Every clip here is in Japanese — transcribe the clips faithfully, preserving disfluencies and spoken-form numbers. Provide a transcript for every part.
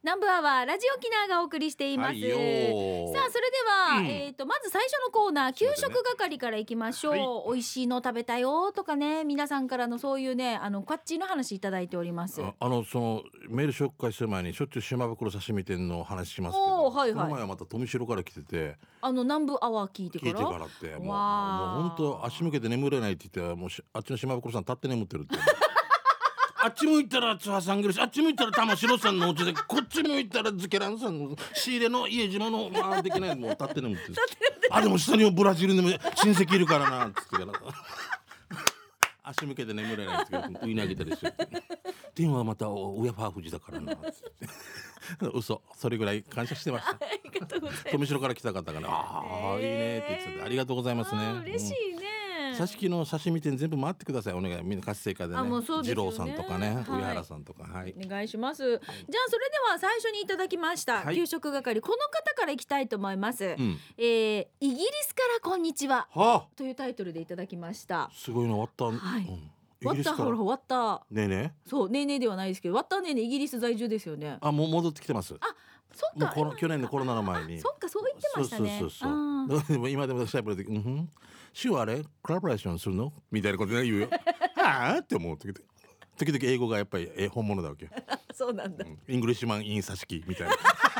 南部アワーラジオ沖縄がお送りしています、 はいよー。 さあそれでは、 うんえー、とまず最初のコーナー給そうだね食係からいきましょう、 はい美味しいの食べたよとかね、皆さんからのそういうね、あのこっちの話いただいております。 ああのそのメール紹介する前にしょっちゅう島袋刺身店の話しますけど、 おーはいはいこの前はまた富城から来てて、 あの南部アワー聞いてから聞いてからってもうわーもう本当足向けて眠れないって言ってもうしあっちの島袋さん立って眠ってるってあっち向いたら津波さんぐらい、あっち向いたら玉城さんのお家で、こっち向いたらズケランさんの仕入れの家島のまあできないもう立って眠ってるあでも下にもブラジルにも親戚いるからなっつってから足向けて眠れないって言ってうなぎたりして電話はまた親ファーフジだからなっつって嘘、それぐらい感謝してました。 ありがとうございます。 富城から来た方がね、ああ、いいねって言っててありがとうございますね。 あー嬉しいね、 うん、刺身の刺身店全部回ってください、お願い。みんな活性化でね、 あもうそうですよね二郎さんとかね、 はい上原さんとか、はい、 お願いします。じゃあそれでは最初にいただきました、 はい給食係、この方からいきたいと思います、 うん、 えーイギリスからこんにちははというタイトルでいただきましたあ、すごいの終わった、 はいうん、イワッギリスからターほら終わったねえねえ、 そうねえねえではないですけど、ワッターねえねえイギリス在住ですよね。 あもう戻ってきてます。 そっかもうこの去年のコロナの前に、 そっかそう言ってましたね。 そうそうそうそうあーだからでも今でもシャイプで、うんふん、週あれコラボレーションするのみたいなことで言うよはあって思う時々時々英語がやっぱりえ本物だわけよ、 そうなんだ、 うん、イングリッシュマンインサシキみたいな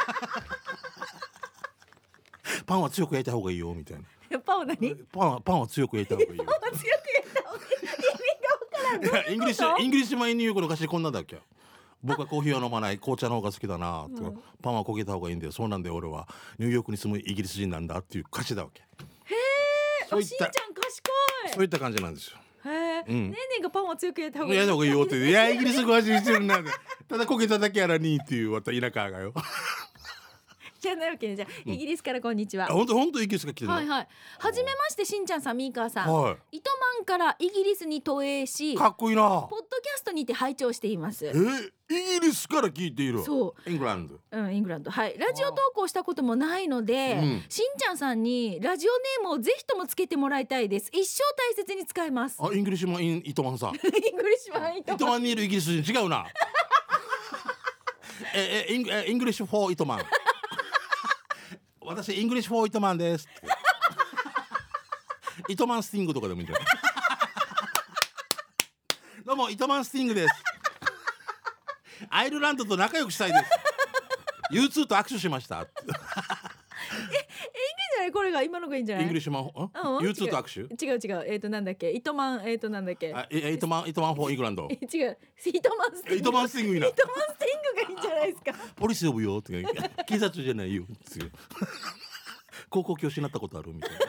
パンは強く焼いた方がいいよみたいな、 やっぱお何強くパンはパンは強く焼いた方がいいよやった方がいい意味がわからん。 いやイングリッシュイングリッシュマンニューヨークの歌詞こんなんだっけ。僕はコーヒーは飲まない、紅茶の方が好きだなとか、 うんパンは焦げた方がいいんだよ、そうなんだよ俺はニューヨークに住むイギリス人なんだっていう歌詞だわけ。 へえ、 そういったおしんちゃん賢そういった感じなんですよ。 い。へえ、 うんねえねえがパンは強くやった方がいい。 やった方がいいよっていやイギリス語は信じてるなんでただ焦げただけやらにっていうまた田舎がよじゃないわけね。じゃあ、イギリスからこんにちは。 あ本当本当イギリスが来てるの。 はいはい。はじめまして、しんちゃんさん、みーかーさん。 は糸満からイギリスに投影し、 い、 ポッかっこいいな。 ドキャストにて拝聴していますえ。ー、イギリスから聞いている。 そイングランド。 う、うん、イングランド。はい。ラジオ投稿したこともないので、 うんしんちゃんさんにラジオネームをぜひともつけてもらいたいです。一生大切に使います。 あイングリッシュマンインイトマンさんイングリッシュマン糸満。 イトマンにいるイギリス人違うなええイングえイングリッシュフォーイトマン私イングリッシュフォーイトマンですイトマンスティングとかでもいいんじゃないどうもイトマンスティングですアイルランドと仲良くしたいです ユーツー と握手しましたこれが今のがいいんじゃない？ イングリッシュマンうんユーツー と握手違う違う、えっ、ー、となんだっけ、糸満、えっ、ー、となんだっけ、 あえイトマンイトマンフォーイングランド違う、糸満スティング、 イトマンスティングいいな糸満スティングがいいんじゃないですか。 ポリス呼ぶよって警察じゃないよって高校教師になったことあるみたい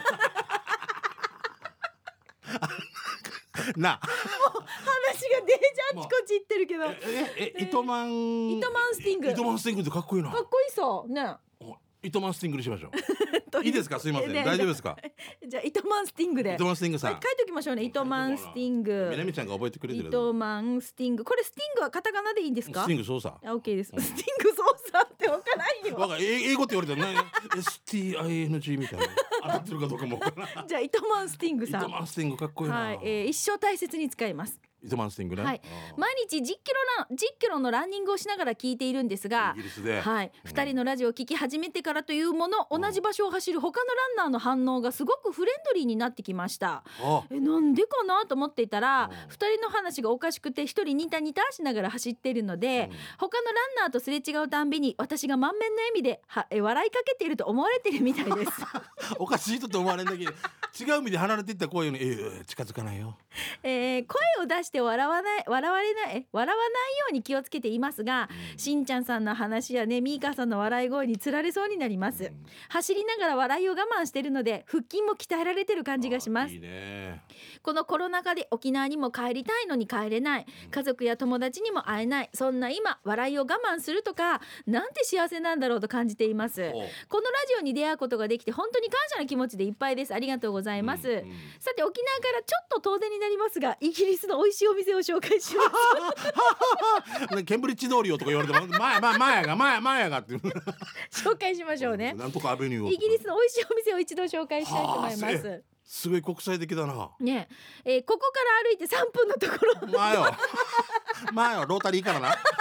なな話がデージあっちこっち行ってるけど、 えええ糸満糸満スティング、 糸満スティングってかっこいいな。 かっこいいそうね。 お糸満スティングにしましょうといいですか、すいません、 ね大丈夫ですか。 じゃあ糸満スティングで、 糸満スティングさん、 はい、書いておきましょうね。糸満スティンみなグ、 みちゃんが覚えてくれてる糸満スティング、これスティングはカタカナでいいんですか？ スティング操作あ、オッケーです。 うんスティング操作ってわからんよ。 わか英英語って言われたらね エスティーアイエヌジー みたいな当たってるかどうかもわからんじゃあ糸満スティングさん、 糸満スティングかっこいいな、 はい、えー、一生大切に使います。 糸満スティングね、 はいあー毎日じゅっキロランじゅっキロのランニングをしながら聞いているんですがイ、ギリスで、 はい、ふたりのラジオを聞き始めてからというもの、 うん同じ場所を走る他のランナーの反応がすごくフレンドリーになってきました。 あえなんでかなと思っていたら、 うんふたりの話がおかしくてひとりニタニタしながら走っているので、 うん他のランナーとすれ違うたんびに私が満面の笑みではえ笑いかけていると思われているみたいですおかしい人と思われんだけど違う意味で離れていったらこういうの、えー、近づかないよ。 えー声を出して笑わない笑われないえ笑わないように気をつけていますが、 うんしんちゃんさんの話やねミーカさんの笑い声につられそうになります、 うん走りながら笑いを我慢しているので腹筋も鍛えられてる感じがしますあいいね。 このコロナ禍で沖縄にも帰りたいのに帰れない、家族や友達にも会えない、そんな今笑いを我慢するとかなんて幸せなんだろうと感じています。 おこのラジオに出会うことができて本当に感謝の気持ちでいっぱいです。ありがとうございます、 うんうんさて沖縄からちょっと遠出になりますがイギリスの美味しいお店を紹介しますねケンブリッジ通りよとか言われても前前前が前前がって紹介しましょうね。 なんとかアベニューをイギリスの美味しいお店を一度紹介したいと思いまはあすすごい国際的だな。 ねえ、えーここから歩いてさんぷんのところ前よ前よロータリーからな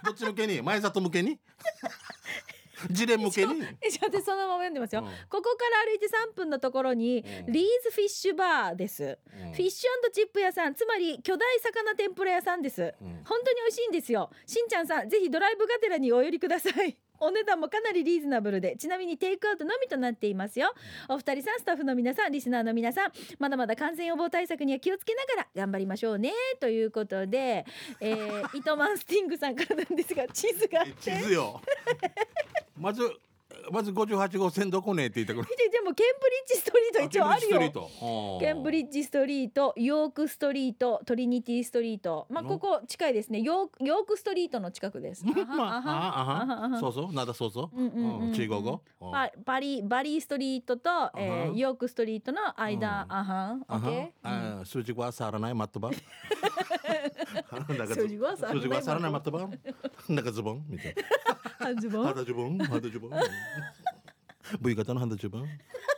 どっち向けに、前里向けにジレ向けに。 えちょっとそのまま読んでますよ、 うんここから歩いてさんぷんのところに、 うんリーズフィッシュバーです、 うんフィッシュ&チップ屋さん、つまり巨大魚天ぷら屋さんです、 うん本当に美味しいんですよ。しんちゃんさん、ぜひドライブがてらにお寄りください。お値段もかなりリーズナブルで、ちなみにテイクアウトのみとなっていますよ。お二人さん、スタッフの皆さん、リスナーの皆さん、まだまだ感染予防対策には気をつけながら頑張りましょうねということで、えー、糸満スティングさんからなんですが、地図があって地図よまずまずごじゅうはち号線どこねって言ったからででもケンブリッジストリート一応あるよ。ケンブリッッジストリート、ヨークストリート、トリニティストリート、まあここ近いですね。ヨーク、ヨークストリートの近くです。 ジまあああそうそうなんだそうそううんうんうんうん中国語ババリバリーストリートと、えあはー、ヨークストリートの間、 うんあはん、オあッケー。 は数字は触らないマットバ数字は触らない数字は触らないマットバなんかズボンみたいな半ズボン。 肌ズボン肌ズボンV 型の肌ズボン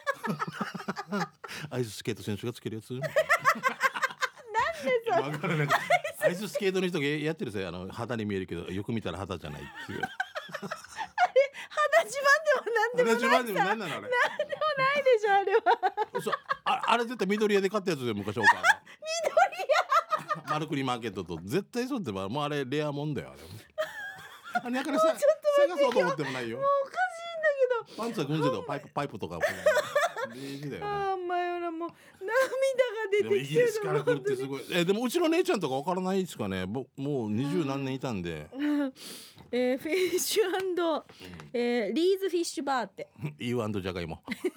アイススケート選手がつけるやつなんでそれわからないアイススケートの人がやってるさ、あの肌に見えるけどよく見たら肌じゃないっていう肌自慢でもなんでもない肌自慢でも何なのあれなんでもないでしょあれは。 そうああれ絶対緑屋で買ったやつで昔おか緑屋マルクリマーケットと絶対そうってばもうあれレアもんだよあれあれだからさ探そうと思ってもないよ。 もうおかしいんだけど。 パンツは軍勢だよパイプパイプとかレジだよね。 あーまよらもう涙が出でもイてきてるギリスから来るってすごい。えでもうちの姉ちゃんとかわからないですかね。ぼもう二十何年いたんで。 えー、フィッシュ&、えー、リーズフィッシュバーってイーワンドじゃがいも。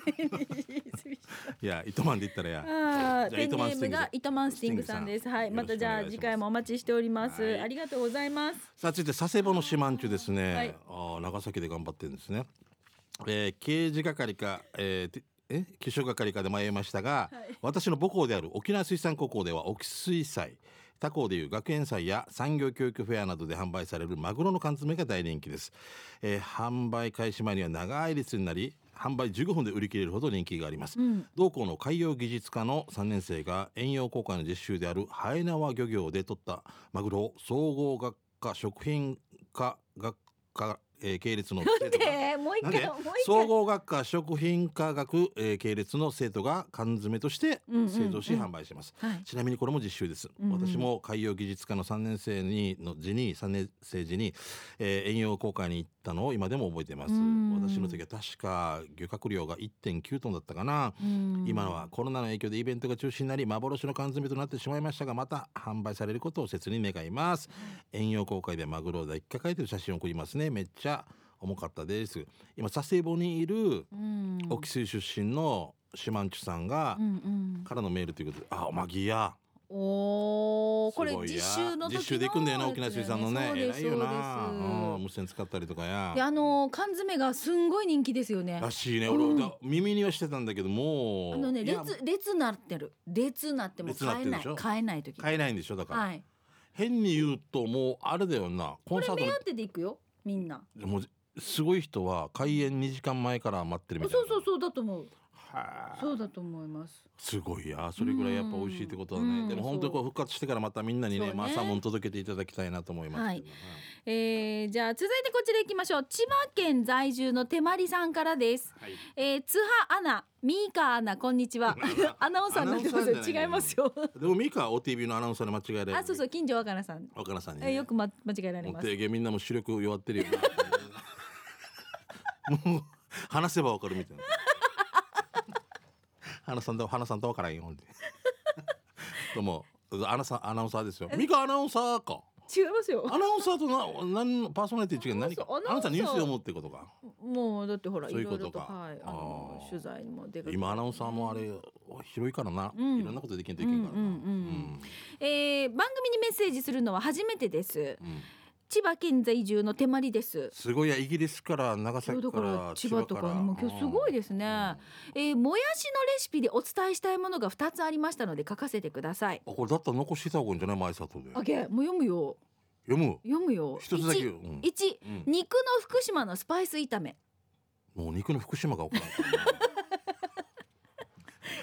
いや糸満で言ったらや。 あーじゃあペンネームが糸満スティングさんです。はい、またじゃあ次回もお待ちしております。 はいありがとうございます。 さあ続いて佐世保の四万十ですね。 はいあー長崎で頑張ってるんですね。えー、刑事係か、えーてえ気象係かで迷いましたが、 はい私の母校である沖縄水産高校では沖水祭他校でいう学園祭や産業教育フェアなどで販売されるマグロの缶詰が大人気です、えー販売開始前には長い列になり販売じゅうごふんで売り切れるほど人気があります、 うん同校の海洋技術科のさんねん生が遠洋航海の実習であるはえ縄漁業で取ったマグロを総合学科食品科学科、えー系列の生徒がでもう一なんで回もう一回総合学科食品科学、えー系列の生徒が缶詰としてうんうんうん製造し販売します、 はいちなみにこれも実習です、 うんうん私も海洋技術科のさんねん生にの時にさんねん生時に、えー遠洋航海に行ったのを今でも覚えています、 うん私の時は確か漁獲量が いってんきゅうトンだったかな、 うん今のはコロナの影響でイベントが中止になり幻の缶詰となってしまいましたがまた販売されることを切に願います、遠洋航海でマグロを抱きかかえてる写真を送りますね。めっちゃ重かったです。今佐世保にいるうん沖水出身の四万十さんが、 うんうんからのメールということで、あおまぎやおーこれすごいや実習の時の実習で行くんだよな沖縄水産のねそうです偉いよな、 そうですうん無線使ったりとかやであの缶詰がすんごい人気ですよね。 らしいね、 うん俺だ耳にはしてたんだけどもうあのねいや列列なってる列なっても列なって買えないるでしょ買えない時買えないんでしょだから、 はい変に言うともうあれだよなコこンサートれ目当てで行くよみんな。 もうすごい人は開演にじかんまえから待ってるみたいな。 そうそうそうだと思う。 はあそうだと思います。 すごいやそれぐらいやっぱ美味しいってことだね、 うんでも本当にこう復活してからまたみんなにねそうねまあサーモン届けていただきたいなと思いますけど、 えー、じゃあ続いてこちら行きましょう。千葉県在住の手まりさんからです。 はいえー、津波アナミーカアナこんにちはアナウンサーになってまアナウンサーじゃないす違いますよでもミカ オーティービー のアナウンサーの間違いであそうそう近所若菜さん、 若菜さんに、ね、 えー、よく、ま、間違えられもうます。 提言みんなも視力弱ってるよなもう話せばわかるみたいな花さんと花さんとわからんよほんでどうもアナさんアナウンサーですよミカアナウンサーか違いますよアナウンサーとな何のパーソナリティ違う何かアナウンサーアナウンサーニュース読むってことかもうだってほらそういうことろろとかはいあのあー取材にも出かけて今アナウンサーもあれ広いからな、 うんいろんなことできんといけんからな、 うんうんうんうんえー、番組にメッセージするのは初めてです。 うん千葉県在住の手まりです。 すごいやイギリスから長そうだ崎かからら千葉とかもう今日すごいですね、 うんえー、もやしのレシピでお伝えしたいものがふたつありましたので書かせてください。 あこれだったら残してた方がいいんじゃない前里であげもう読むよ読む読むよ一つだけいちよ、うんいちうん肉の福島のスパイス炒めもう肉の福島が分からんからな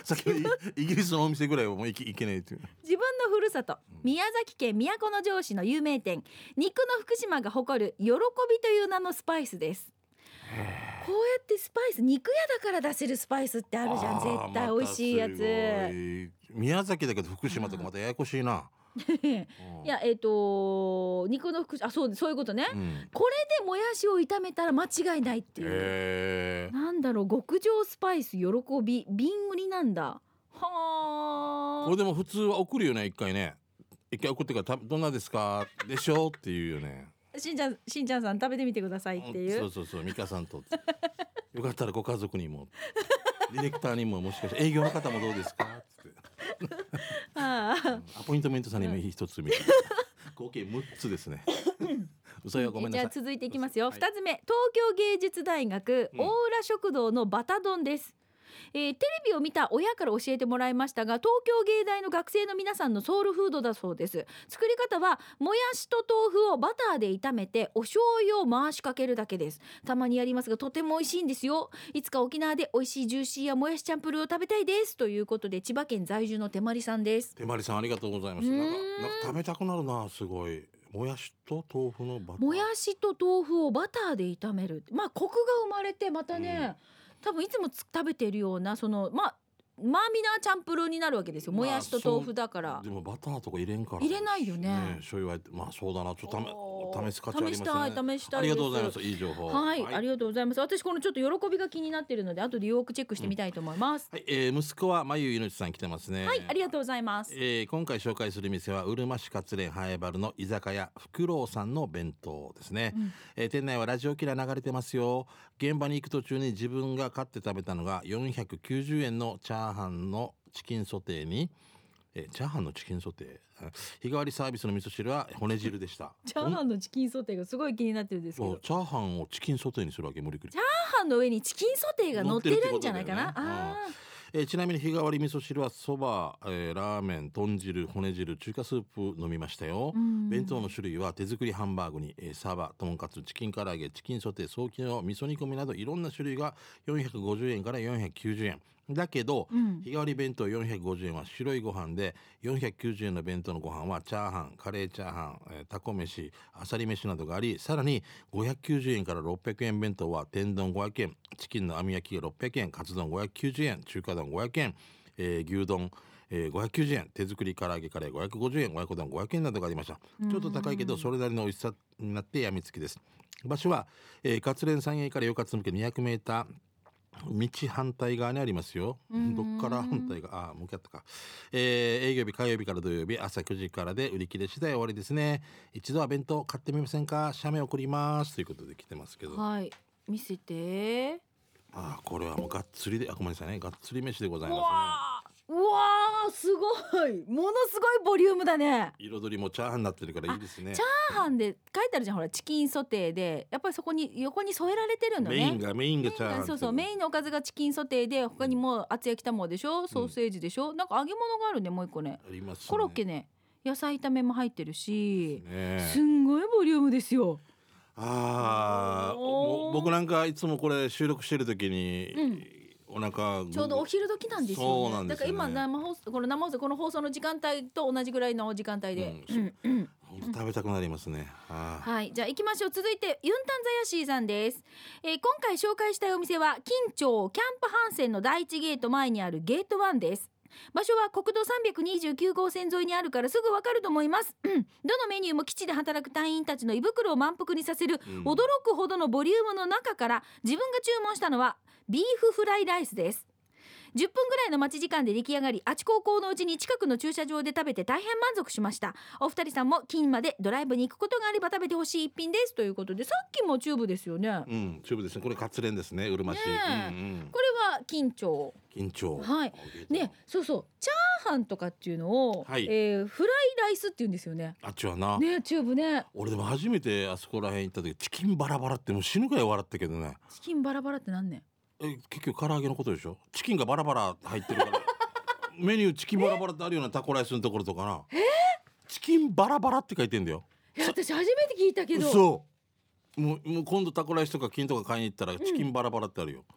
さっきのイギリスのお店ぐらいはもう行け、行けないっていう。 自分のふるさと宮崎県都城市の有名店肉の福島が誇る喜びという名のスパイスです。こうやってスパイス、肉屋だから出せるスパイスってあるじゃん、絶対美味しいやつ、 またすごい宮崎だけど福島とかまたややこしいな。 いやえっ、ー、と肉の福島、あ、そうそういうことね、うん、これでもやしを炒めたら間違いないっていう、えー、なんだろう、極上スパイス喜び瓶売りなんだ。はあ。 これでも普通は送るよね、一回ね、一回送ってからどんなですかでしょっていうよね。 しんちゃん、しんちゃんさん食べてみてくださいっていう、 そうそうそう、美香さんとよかったらご家族にもディレクターにも、もしかして営業の方もどうですかってああ、アポイントメントさんにも一つみたいな合計むっつですね嘘よ、ごめんなさい。 じゃあ続いていきますよ。ふたつめ、東京芸術大学大浦食堂のバタ丼です。えー、テレビを見た親から教えてもらいましたが、東京芸大の学生の皆さんのソウルフードだそうです。作り方はもやしと豆腐をバターで炒めてお醤油を回しかけるだけです。たまにやりますがとても美味しいんですよ。いつか沖縄で美味しいジューシーやもやしチャンプルーを食べたいですということで、千葉県在住の手まりさんです。 手まりさん、ありがとうございます。なんか、なんか食べたくなるな、すごい。もやしと豆腐のバター、 もやしと豆腐をバターで炒める、まあコクが生まれて、またね、うん、多分いつも食べているようなそのまあマーミナーチャンプルーになるわけですよ、もやしと豆腐だから。 でもバターとか入れんから、 入れないよね、 ね、醤油はまあそうだな、ちょっと試す価値ありますね。 試したい試したいです。 ありがとうございます、いい情報。 はい、はい、ありがとうございます。私このちょっと喜びが気になっているので後でよくチェックしてみたいと思います。 うん、はい、えー、息子はまゆいのちさん来てますね。 はい、ありがとうございます。 えー、今回紹介する店はうるま市勝連ハエバルの居酒屋フクロウさんの弁当ですね。うん、えー、店内はラジオキラ流れてますよ。現場に行く途中に自分が買って食べたのがよんひゃくきゅうじゅうえんのチャーハンのチキンソテーに、えチャーハンのチキンソテー、日替わりサービスの味噌汁は骨汁でした。 チャーハンのチキンソテーがすごい気になってるんですけど、 チャーハンをチキンソテーにするわけ、無理くり。 チャーハンの上にチキンソテーが乗ってるんじゃないかな。あ、 えー、ちなみに日替わり味噌汁はそば、えー、ラーメン、豚汁、骨汁、中華スープ飲みましたよ。弁当の種類は手作りハンバーグに、えー、サバ、とんかつ、チキン唐揚げ、チキンソテー、ソーキの味噌煮込みなどいろんな種類がよんひゃくごじゅうえんからよんひゃくきゅうじゅうえんだけど、うん、日替わり弁当よんひゃくごじゅうえんは白いご飯で、よんひゃくきゅうじゅうえんの弁当のご飯はチャーハン、カレーチャーハン、えー、タコ飯、あさり飯などがあり、さらにごひゃくきゅうじゅうえんからろっぴゃくえん弁当は天丼ごひゃくえん、チキンの網焼きがろっぴゃくえん、カツ丼ごひゃくきゅうじゅうえん、中華丼ごひゃくえん、えー、牛丼、えー、ごひゃくきゅうじゅうえん、手作り唐揚げカレーごひゃくごじゅうえん、親子丼ごひゃくえんなどがありました。ちょっと高いけどそれなりの美味しさになってやみつきです。場所は、えー、勝連山営からよかつ向けにひゃくメーター道反対側にありますよ。どっから反対側、あ、向かったか、えー、営業日火曜日から土曜日朝くじからで売り切れ次第終わりですね。一度は弁当買ってみませんか。写メ送りますということで来てますけど、 はい、見せて。 あ、これはもうがっつりで、あ、ごめんなさいね、がっつり飯でございますね。 うわー、すごい、ものすごいボリュームだね。 彩りもチャーハンになってるからいいですね。 チャーハンで書いてあるじゃん、ほら、チキンソテーでやっぱりそこに横に添えられてるのね。 メインがメインがチャーハン、 そうそう、メインのおかずがチキンソテーで、他にも厚焼き卵でしょ、ソーセージでしょ、うん、なんか揚げ物があるね、もう一個ね、 ありますね、 コロッケね、野菜炒めも入ってるし、ね、すんごいボリュームですよ。 あー、僕なんかいつもこれ収録してる時に、うん、お腹ちょうどお昼時なんですよね。そうなんですよね。だから今生放送、この生放送、この放送の時間帯と同じぐらいの時間帯で、 うんうん、本当食べたくなりますね。 は, はい、じゃあ行きましょう。続いてユンタンザヤシーさんです。えー、今回紹介したいお店は金町キャンプハンセンの第一ゲート前にあるゲートワンです。場所は国道さんびゃくにじゅうきゅう号線沿いにあるからすぐわかると思います、うん、どのメニューも基地で働く隊員たちの胃袋を満腹にさせる、うん、驚くほどのボリュームの中から自分が注文したのはビーフフライライスです。じゅっぷんぐらいの待ち時間で出来上がり、あち高校のうちに近くの駐車場で食べて大変満足しました。お二人さんも金までドライブに行くことがあれば食べてほしい一品ですということで、さっきもチューブですよね。 うん、チューブですね。これカツレンですね、うるま市、ね、うんうん、 これは金町金町、 はいね、そうそう、チャーハンとかっていうのを、はい、えー、フライライスって言うんですよね。 あっちはな、 ね、チューブね。 俺でも初めてあそこら辺行った時チキンバラバラってもう死ぬぐらい笑ったけどね。 チキンバラバラって何ね。 え、結局唐揚げのことでしょ。チキンがバラバラ入ってるからメニューチキンバラバラってあるようなタコライスのところとかな。 えー、 チキンバラバラって書いてんだよ。 え、私初めて聞いたけど。 そう、もう、もう今度タコライスとか金とか買いに行ったらチキンバラバラってあるよ、 へ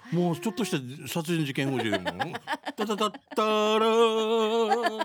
もうちょっとした殺人事件風でもタタタッタラー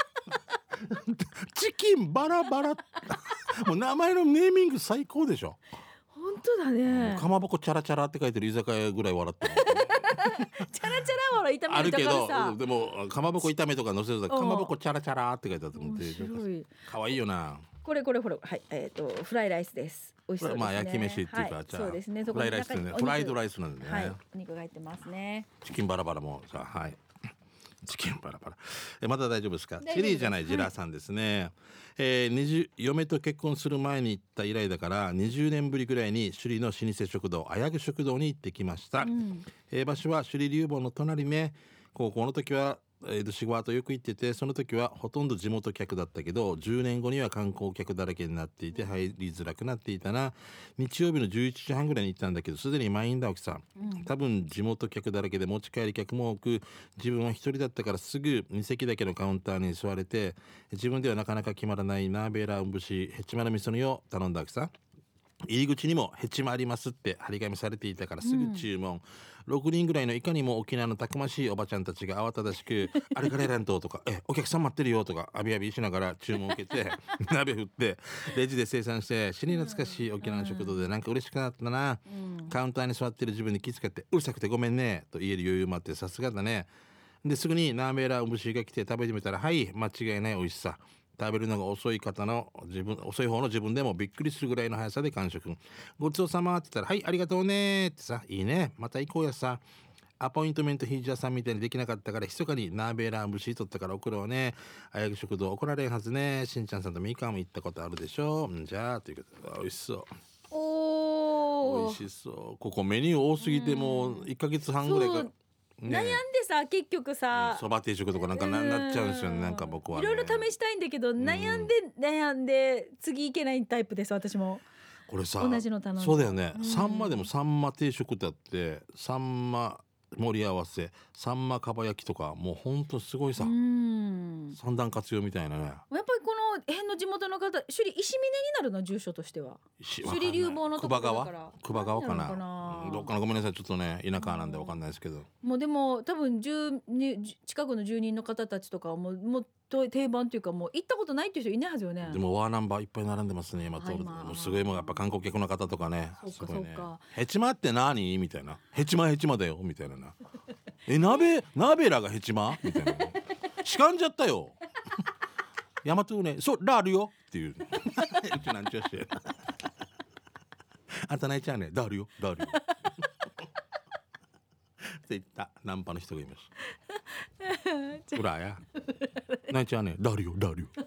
チキンバラバラもう名前のネーミング最高でしょ。 本当だね。 かまぼこチャラチャラって書いてる居酒屋ぐらい笑ってるチャラチャラは炒めるとあるけころさどでもかまぼこ炒めとか乗せるとかまぼこチャラチャラって書いてあって面白い。 かわいいよな。 これこれこれはいえっ、ー、とフライライスです。美味しそうですね。 まあ焼き飯っていうか、 はい、 じゃあそうですね。そこフライライスね。フライドライスなんでね。 はい、お肉が入ってますね。 チキンバラバラもさはい。チキンバラバラえまだ大丈夫ですか。 大丈夫です。 チリじゃないジラさんですね、はいえー、にじゅう嫁と結婚する前に行った以来だからにじゅうねんぶりぐらいに首里の老舗食堂あやぐ食堂に行ってきました、うんえー、場所は首里流房の隣ね。高校の時はえー、ドシゴワとよく行っててその時はほとんど地元客だったけどじゅうねんごには観光客だらけになっていて入りづらくなっていたな。日曜日のじゅういちじはんぐらいに行ったんだけどすでに満員だわけさ、うん、多分地元客だらけで持ち帰り客も多く自分は一人だったからすぐに席だけのカウンターに座れて自分ではなかなか決まらないナーベーラーンブシヘチマの味噌煮を頼んだわけさ。入り口にもヘチマありますって張り紙されていたからすぐ注文、うん、ろくにんぐらいのいかにも沖縄のたくましいおばちゃんたちが慌ただしくあれからやらんととかえお客さん待ってるよとかあびあびしながら注文を受けて鍋振ってレジで生産して死に懐かしい沖縄の食堂でなんか嬉しくなったな、うん、カウンターに座ってる自分に気遣ってうるさくてごめんねと言える余裕もあってさすがだね。ですぐにナーメーラーウムシが来て食べてみたらはい間違いない美味しさ。食べるのが遅い方の自分遅い方の自分でもびっくりするぐらいの速さで完食。ごちそうさまって言ったらはいありがとうねってさいいねまた行こうやさ。アポイントメントヒージャーさんみたいにできなかったから密かにナーベーラームシ取ったから送ろうね。あやぐ食堂怒られんはずね。しんちゃんさんとみかんも行ったことあるでしょう。じゃあということで美味しそう。 お美味しそう。ここメニュー多すぎてもういっかげつはんぐらいかね、悩んでさ結局さそば定食とかなんか な, なっちゃうんですよね。なんか僕は、ね、 いろいろ試したいんだけど悩んで悩んで次いけないタイプです私も。 これさ同じの頼んでそうだよね、うん、サンマでもサンマ定食ってあってサンマ盛り合わせサンマかば焼きとかもうほんとすごいさ、うん、三段活用みたいなね。 やっぱりこの辺の地元の方首里石峰になるの住所としては首里流房のところだから久保川かな、などっかなごめんなさいちょっとね田舎なんで分かんないですけど、 もうでも多分住近くの住人の方たちとかはもうもう定番というかもう行ったことないっていう人いないはずよね。 でもワーナンバーいっぱい並んでますね今、はい、もうすごいもうやっぱ観光客の方とかねそうかそうか、 ヘチマって何みたいなヘチマヘチマだよみたいななえ鍋鍋らがヘチマみたいなしかんじゃったよヤマトねそうラールよっていううちなんちゅうしてあんた泣いちゃうねダールよダールよって言ったナンパの人がいますほらや泣いちゃうねダールよダールよ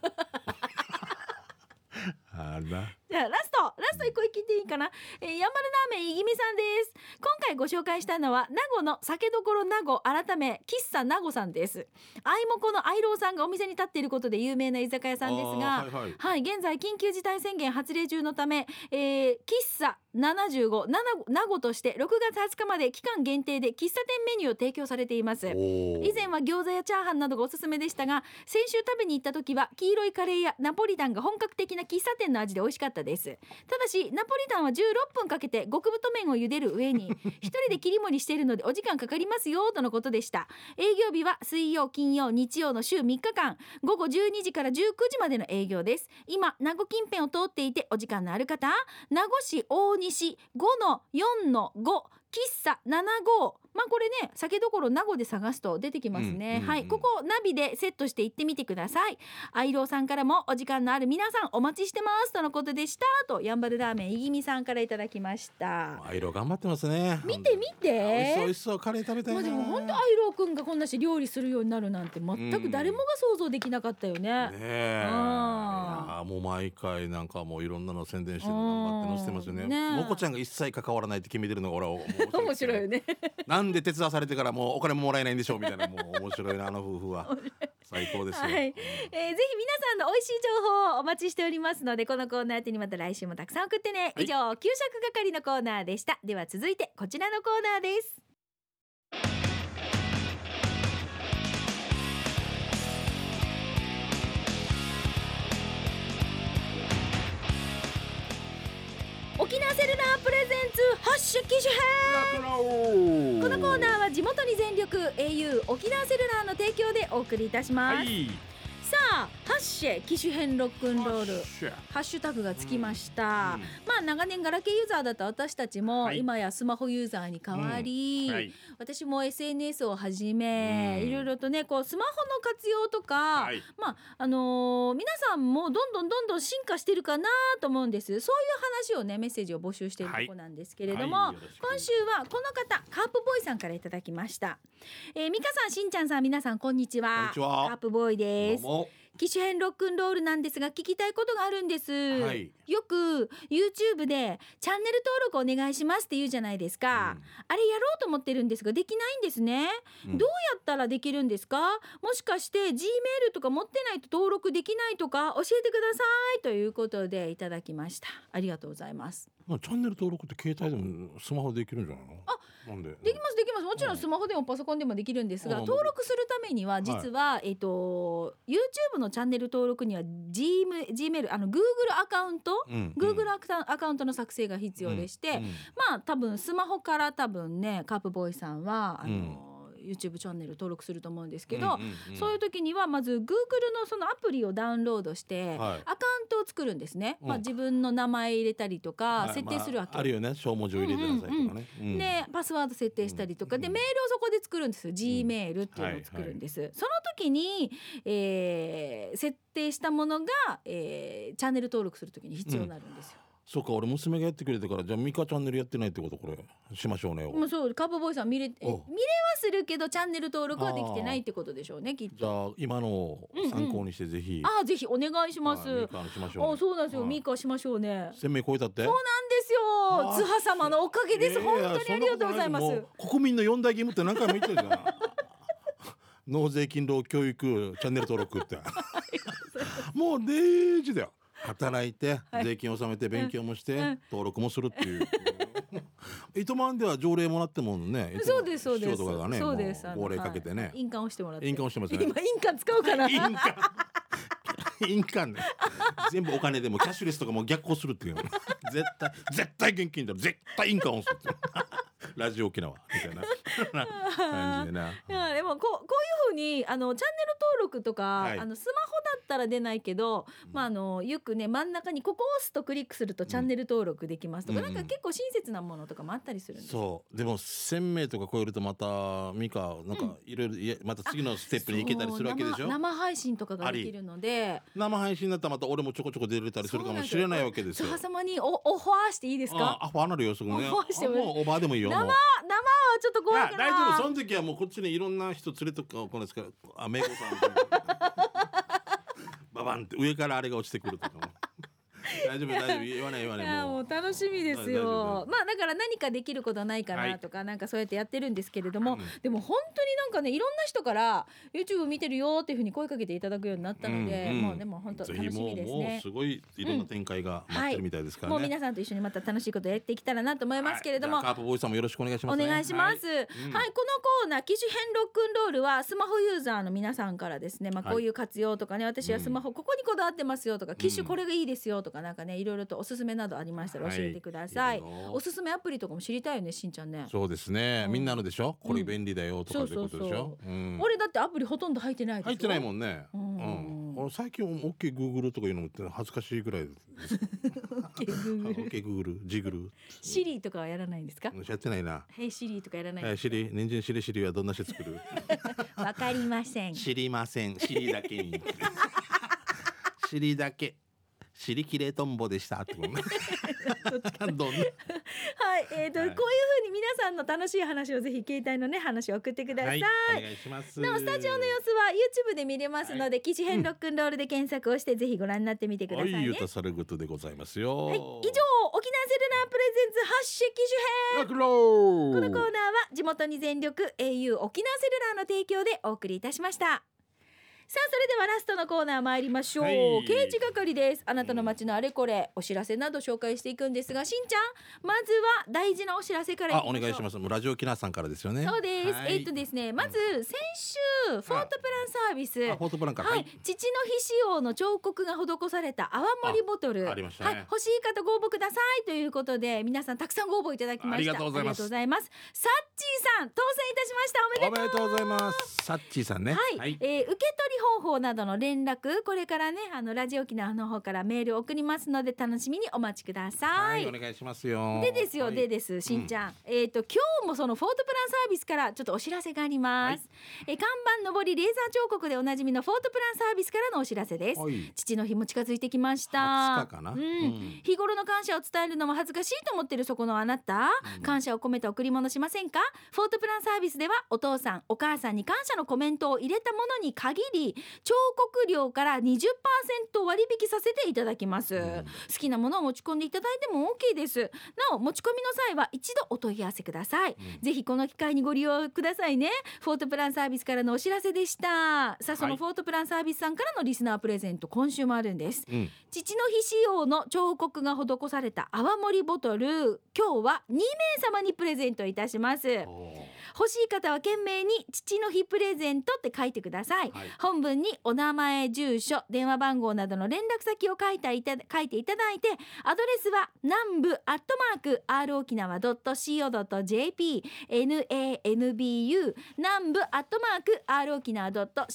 あらじゃあラストラスト一個聞いていいかな、えー、ヤンバルラーメンいぎみさんです。今回ご紹介したのは名護の酒どころ名護改め喫茶名護さんです。あいもこの愛郎さんがお店に立っていることで有名な居酒屋さんですが、はいはいはい、現在緊急事態宣言発令中のため、えー、喫茶ななじゅうご名護としてろくがつはつかまで期間限定で喫茶店メニューを提供されています。以前は餃子やチャーハンなどがおすすめでしたが先週食べに行った時は黄色いカレーやナポリタンが本格的な喫茶店の味で美味しかったです。ただしナポリタンはじゅうろっぷんかけて極太麺を茹でる上に一人で切り盛りしているのでお時間かかりますよとのことでした。営業日は水曜金曜日曜の週みっかかんごごじゅうにじからじゅうくじまでの営業です。今名護近辺を通っていてお時間のある方名護市大西 ごのよんのご喫茶ななごまあこれね酒どころ名護で探すと出てきますね、うんうんうん、はいここナビでセットして行ってみてください。アイローさんからもお時間のある皆さんお待ちしてますとのことでしたとやんばるラーメンいぎみさんからいただきました。 アイロー頑張ってますね。 見て見て美味しそう美味しそうカレー食べたいな。 まあ、でも本当アイローくんがこんなし料理するようになるなんて全く誰もが想像できなかったよね、うん、ねえあもう毎回なんかもういろんなの宣伝して頑張って載せてますよね。ねもこちゃんが一切関わらないって決めてるのが俺は面白いよねなんで手伝わされてからもうお金ももらえないんでしょうみたいなもう面白いなあの夫婦は最高ですよ、はいえー、ぜひ皆さんの美味しい情報をお待ちしておりますのでこのコーナー宛てにまた来週もたくさん送ってね、はい、以上給食係のコーナーでした。では続いてこちらのコーナーです。沖縄セルラープレゼンツ発シュ機種編。このコーナーは地元に全力 エーユー 沖縄セルラーの提供でお送りいたします、はい、さあハッシェ機種編ロックンロールハッシュタグがつきました、うん、まあ長年ガラケーユーザーだった私たちも、はい、今やスマホユーザーに変わり、うんはい、私も エスエヌエス をはじめ、うん、いろいろとねこうスマホの活用とか、はい、まああのー、皆さんもどんどんどんどん進化してるかなと思うんです。そういう話をねメッセージを募集しているところなんですけれども、はいはい、今週はこの方カープボーイさんからいただきました。えー、ミカさん、しんちゃんさん、皆さんこんにちは。 こんにちは。 カープボーイです。 どうも。 機種編ロックンロールなんですが聞きたいことがあるんです、はい、よく YouTube でチャンネル登録お願いしますって言うじゃないですか、うん、あれやろうと思ってるんですができないんですね、うん、どうやったらできるんですか？もしかして G メールとか持ってないと登録できないとか教えてくださいということでいただきました。ありがとうございます。 チャンネル登録って携帯でもスマホでできるんじゃないの？ あ、なんでできますできます。もちろんスマホでもパソコンでもできるんですが、うん、登録するためには実は、はい、えっと YouTube のチャンネル登録には G メールあの Google アカウント、うん、Google アカウントの作成が必要でして、うんうん、まあ多分スマホから多分ねカープボーイさんはあの、うんYouTube チャンネル登録すると思うんですけど、うんうんうん、そういう時にはまず Google のそのアプリをダウンロードして、はい、アカウントを作るんですね、うんまあ、自分の名前入れたりとか設定するわけ、 まあ、あるよね小文字を入れてくださいとかね、うんうんうん、 でパスワード設定したりとかでメールをそこで作るんですよ、うん、G メールっていうのを作るんです、はいはい、その時に、えー、設定したものが、えー、チャンネル登録する時に必要になるんですよ、うんそうか俺娘がやってくれてからじゃあミカチャンネルやってないってことこれしましょうね。 もうそうカープボーイさん見れ見れはするけどチャンネル登録はできてないってことでしょうねきっと。 じゃあ今のを参考にしてぜひ、 うんうん、あぜひお願いします。 ミカしましょう、ね、 あそうなんですよミカしましょうね。 せんめい超えたってそうなんですよ。津波様のおかげです、えー、本当にありがとうございます。 国民の四大義務って何回も言ってるじゃん納税勤労教育チャンネル登録ってもう大事だよ。働いて税金を納めて勉強もして登録もするっていう糸満では条例もらってもねそうですそうです市長とかがねそうです号令かけてね、はい、 印鑑をしてもらって印鑑をしてますね。 今印鑑使うかな印鑑印鑑ね全部お金でもキャッシュレスとかも逆行するっていう絶対絶対現金だろ絶対印鑑をするってラジオ沖縄みたいな感じでな。いやでもこう、こういう風にあのチャンネル登録とか、はい、あのスマホだったら出ないけど、うんまあ、あのよくね真ん中にここを押すとクリックするとチャンネル登録できますとか、うん、なんか結構親切なものとかもあったりするんです。 そうでもせんめいとか超えるとまたミカなんかいろいろまた次のステップに行けたりするわけでしょ。 生, 生配信とかができるので生配信だったらまた俺もちょこちょこ出れたりするかもしれないわけですよ。 津波様に お, おファーしていいですか？ ああファーなるよそこね。 オファーしてももうオーバーでもいいよ。 生生はちょっと怖いかな。 大丈夫その時はもうこっちにいろんな人連れとくこのですからあメイコさんババンって上からあれが落ちてくるとかも大丈夫大丈夫言わない言わない。 いやもう楽しみですよ。まあだから何かできることないかなとか、はい、なんかそうやってやってるんですけれども、うん、でも本当になんかねいろんな人から YouTube 見てるよっていうふうに声かけていただくようになったので、うんうん、もうでも本当楽しみですね。 もうすごいいろんな展開が待ってるみたいですからね、 うんはい、もう皆さんと一緒にまた楽しいことやっていけたらなと思いますけれども、はい、 カープボーイさんもよろしくお願いしますね。 お願いします、はいうんはい、このコーナー機種編ロックンロールはスマホユーザーの皆さんからですね、まあ、こういう活用とかね、はい、私はスマホここにこだわってますよとか、うん、機種これがいいですよとかなんかねいろいろとおすすめなどありましたら教えてください、はい、おすすめアプリとかも知りたいよねしんちゃんね。 そうですね、うん、みんなのでしょこれ便利だよとかってことでしょ。 俺だってアプリほとんど入ってないですよ。 入ってないもんね、うんうん、俺最近 OK Google とかいうのも恥ずかしいぐらいですOK Google ジグルシリとかはやらないんですか？ やってないな。 ヘイシリとかやらないですか？シリ人参シリシリはどんな人作るわかりません。 知りません。シリだけにシリだけシリキレトンボでしたってことねどんなはい、 えーとはい、こういう風に皆さんの楽しい話をぜひ携帯のね話を送ってください、はい、 お願いします。 なおスタジオの様子は YouTube で見れますので、はい、機種編ロックンロールで検索をしてぜひご覧になってみてくださいね。 はい、ゆたさることでございますよ、はい、以上沖縄セルラープレゼンツハッシュ機種編ロックロー。 このコーナーは地元に全力 エーユー 沖縄セルラーの提供でお送りいたしました。 さあそれではラストのコーナー参りましょう、 はい刑事係です。あなたの街のあれこれお知らせなど紹介していくんですが、しんちゃんまずは大事なお知らせからいあ、 きましょう。 お願いします。もうラジオキナさんからですよね。 そうです、 はいえっとですねまず先週フォートプランサービス、 あ、フォートプランから、 はい、父の日仕様の彫刻が施された泡盛ボトル、 あありましたねはい、欲しい方ご応募くださいということで皆さんたくさんご応募いただきました。 ありがとうございますありがとうございます。サッチーさん当選いたしました。おめでとう。 おめでとうございます。サッチーさんね。 はい、 はい、 えー受け取り方法などの連絡これからねあのラジオ沖縄の方からメールを送りますので楽しみにお待ちください。 はい、お願いしますよ。 でですよ、 はいでですしんちゃん、えっ、と今日もそのフォートプランサービスからちょっとお知らせがあります、えー看板上りレーザー彫刻でおなじみのフォートプランサービスからのお知らせです。 はい父の日も近づいてきました。 はつかかな、 うんうん日頃の感謝を伝えるのも恥ずかしいと思ってるそこのあなた、 うん感謝を込めて贈り物しませんか。フォートプランサービスではお父さんお母さんに感謝のコメントを入れたものに限り彫刻料から にじゅっパーセント 割引させていただきます、 うん好きなものを持ち込んでいただいても OK です。なお持ち込みの際は一度お問い合わせください、 うんぜひこの機会にご利用くださいね。フォートプランサービスからのお知らせでした。さあそのフォートプランサービスさんからのリスナープレゼント今週もあるんです。 うん、 父の日仕様の彫刻が施された泡盛ボトル今日はにめい様にプレゼントいたします。 おー欲しい方は懸命に父の日プレゼントって書いてください、 はい本文にお名前住所電話番号などの連絡先を書いていた書いていただいてアドレスは南部アットマーク r 沖縄 .co.jp ナン南部アットマーク r 沖縄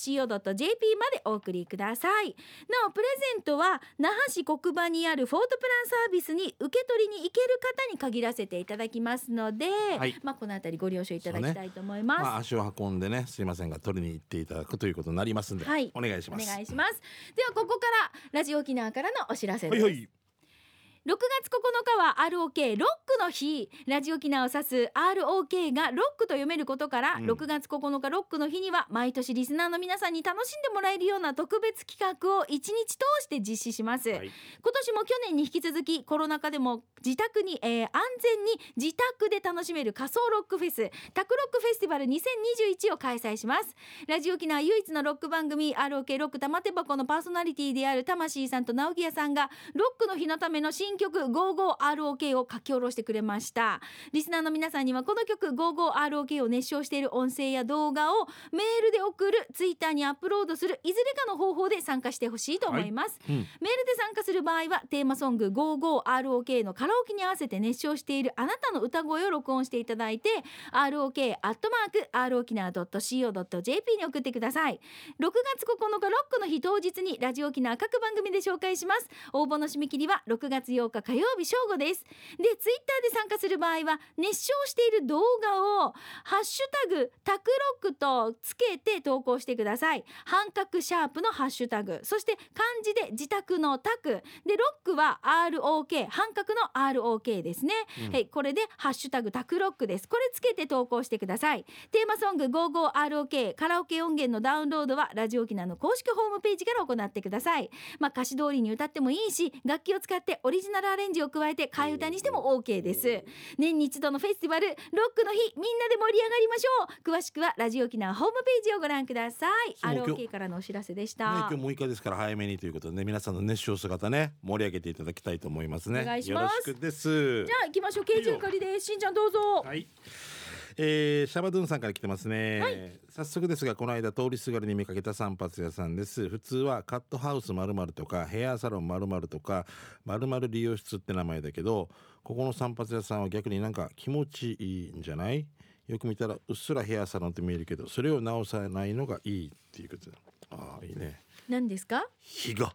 .co.jp までお送りください。なおプレゼントは那覇市国場にあるフォートプランサービスに受け取りに行ける方に限らせていただきますので、 はいまあ、このあたりご了承いただきたいと思います。 まあ、足を運んでねすいませんが取りに行っていただくということになりますんで、 はいお願いします。 お願いします。ではここからラジオ沖縄からのお知らせです。 はいはい、 ろくがつここのかは アールオーケー ロックの日。ラジオ沖縄を指す アールオーケー がロックと読めることから、 うんろくがつここのかロックの日には毎年リスナーの皆さんに楽しんでもらえるような特別企画をいちにち通して実施します、 はい、 今年も去年に引き続きコロナ禍でも自宅に、えー安全に自宅で楽しめる仮想ロックフェスタクロックフェスティバルにせんにじゅういちを開催します。ラジオ沖縄唯一のロック番組 アールオーケー ロック玉手箱のパーソナリティである魂さんと直樹屋さんがロックの日のための新曲 ゴーゴーアールオーケー を書き下ろしてくれました。リスナーの皆さんにはこの曲 ゴーゴーアールオーケー を熱唱している音声や動画をメールで送るツイッターにアップロードするいずれかの方法で参加してほしいと思います、 うん、 メールで参加する場合はテーマソング ゴーゴーアールオーケー のカラオケに合わせて熱唱しているあなたの歌声を録音していただいて アールオーケー アットマーク アール沖縄 .co.jp に送ってください。ろくがつここのかロックの日当日にラジオ沖縄各番組で紹介します。応募の締め切りはろくがつようか火曜日正午です。でツイッターで参加する場合は熱唱している動画をハッシュタグタクロックとつけて投稿してください。半角シャープのハッシュタグそして漢字で自宅のタクでロックは アールオーケー 半角の アールオーケー ですね、 うんはい、これでハッシュタグタクロックです。これつけて投稿してください。テーマソング ゴーゴーアールオーケー カラオケ音源のダウンロードはラジオ沖縄の公式ホームページから行ってください。まあ、歌詞通りに歌ってもいいし楽器を使ってオリジナルアレンジを加えて替え歌にしても OK です。年に一度のフェスティバルロックの日みんなで盛り上がりましょう。詳しくはラジオ沖縄ホームページをご覧ください。 そうアールオーケー からのお知らせでした、 ね、今日もういっかいですから早めにということでね皆さんの熱唱姿ね盛り上げていただきたいと思いますね。 お願いします。 よろしくです。 じゃあ行きましょう。刑事係です。しんちゃんどうぞ。 はい、えー、シャバドゥンさんから来てますね、 はい、 早速ですがこの間通りすがりに見かけた散髪屋さんです。普通はカットハウス〇〇とかヘアサロン〇〇とか〇〇理容室って名前だけどここの散髪屋さんは逆になんか気持ちいいんじゃない？よく見たらうっすらヘアサロンって見えるけどそれを直さないのがいいっていうこと。ああいいね。 何ですか？ 日が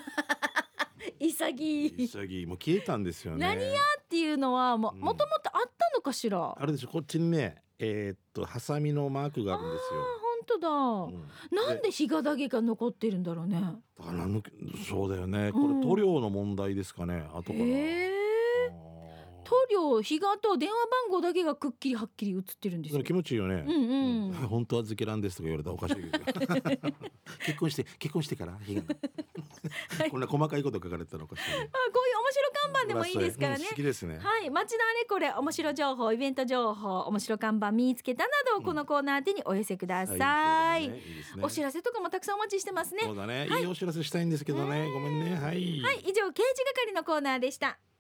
潔い潔いもう消えたんですよね。 何やっていうのはもうんもともとあったのかしら。 あれでしょこっちにねえーっとハサミのマークがあるんですよ。 本当だ、 うんなんで日がだけが残ってるんだろうね。 あらぬそうだよねこうんれ塗料の問題ですかね後から。 へー塗料日がと電話番号だけがくっきりはっきり映ってるんですよ。 でも気持ちいいよね。 うんうんうん本当はズケランですとか言われたらおかしいけど結婚して結婚してから日がこんな細かいこと書かれたらおかしいね。 あこういう面白看板でもいいですからね、 うん、好きですね。 はい、街のあれこれ面白情報イベント情報面白看板見つけたなどをこのコーナー宛てにお寄せください、 はいね、いいですね、 お知らせとかもたくさんお待ちしてますね。 そうだね、 はい、 いいお知らせしたいんですけどね、ごめんね。はい、 はい、以上刑事係のコーナーでした。